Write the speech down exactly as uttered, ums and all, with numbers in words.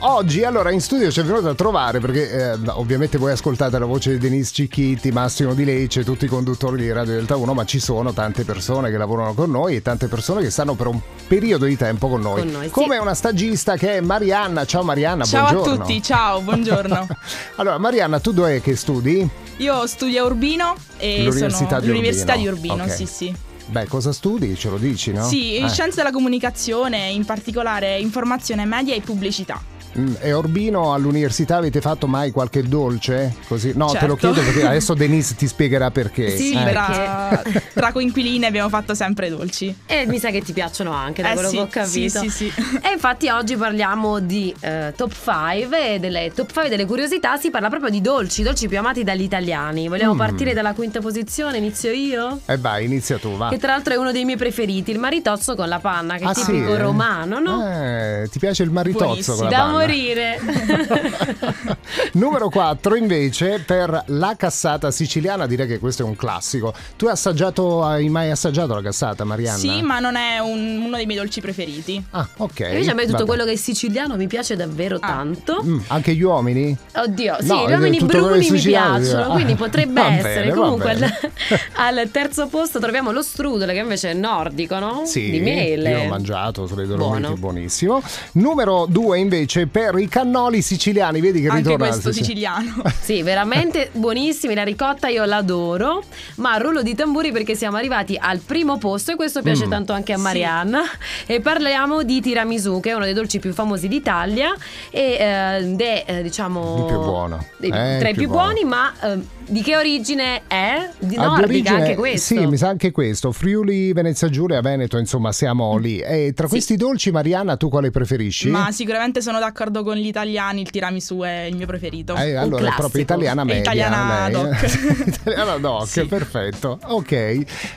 Oggi allora in studio ci è venuto a trovare perché eh, ovviamente voi ascoltate la voce di Denise Cicchitti, Massimo Di Lecce, tutti i conduttori di Radio Delta uno, ma ci sono tante persone che lavorano con noi e tante persone che stanno per un periodo di tempo con noi, con noi sì. Come una stagista che è Marianna. Ciao Marianna, ciao buongiorno. Ciao a tutti, ciao, buongiorno. Allora Marianna, tu dove che studi? Io studio a Urbino e L'Università sono di l'Università Urbino. di Urbino, Okay. sì sì. Beh, cosa studi? Ce lo dici, no? Sì, eh. scienze della comunicazione, in particolare informazione media e pubblicità. Mm, e Urbino all'università avete fatto mai qualche dolce? Così? No, certo. Te lo chiedo perché adesso Denise ti spiegherà perché. Sì, eh. tra, tra coinquiline abbiamo fatto sempre dolci. E mi sa che ti piacciono anche, da eh quello sì, che ho capito. Sì, sì, sì. E infatti oggi parliamo di eh, top cinque e delle top cinque delle curiosità. Si parla proprio di dolci, dolci più amati dagli italiani. Vogliamo Mm. partire dalla quinta posizione? Inizio io? E vai, inizia tu, va. Che tra l'altro è uno dei miei preferiti, il maritozzo con la panna, che Ah, è tipico sì? romano, no? Eh, ti piace il maritozzo Buonissimo. con la Da panna? morire. Numero quattro invece per la cassata siciliana, direi che questo è un classico. Tu hai assaggiato, hai mai assaggiato la cassata, Marianna? Sì, ma non è un- uno dei miei dolci preferiti. Ah, ok. Invece a me tutto Vabbè. quello che è siciliano mi piace davvero Ah. tanto. Mm, anche gli uomini? Oddio, sì, No, gli uomini tutto quello che bruni è mi siciliano, piacciono, ah, quindi potrebbe va essere. bene, va Comunque bene. al, al terzo posto troviamo lo strudel, che invece è nordico, no? Sì, Di mele. io l'ho mangiato sulle Dolomiti, Buono. buonissimo. Numero due invece per i cannoli siciliani, vedi che Anche ritorna questo sì, sì. siciliano. Sì, veramente buonissimi, la ricotta io l'adoro, ma rullo di tamburi perché siamo arrivati al primo posto e questo piace Mm. tanto anche a Sì. Marianna. E parliamo di tiramisù, che è uno dei dolci più famosi d'Italia e, eh, ed è eh, diciamo Il più buono. dei- Eh, tra il i più più buono. buoni, ma eh, di che origine è? Di Ah, di nordica origine- anche questo. Sì, mi sa anche questo. Friuli, Venezia Giulia, Veneto, insomma, siamo lì. E tra Sì. questi dolci, Marianna, tu quale preferisci? Ma sicuramente sono d'accordo con gli italiani, il tiramisù è il mio preferito. Eh, allora è classico. proprio italiana È media. italiana lei. doc. Italiana doc, Sì. perfetto. Ok.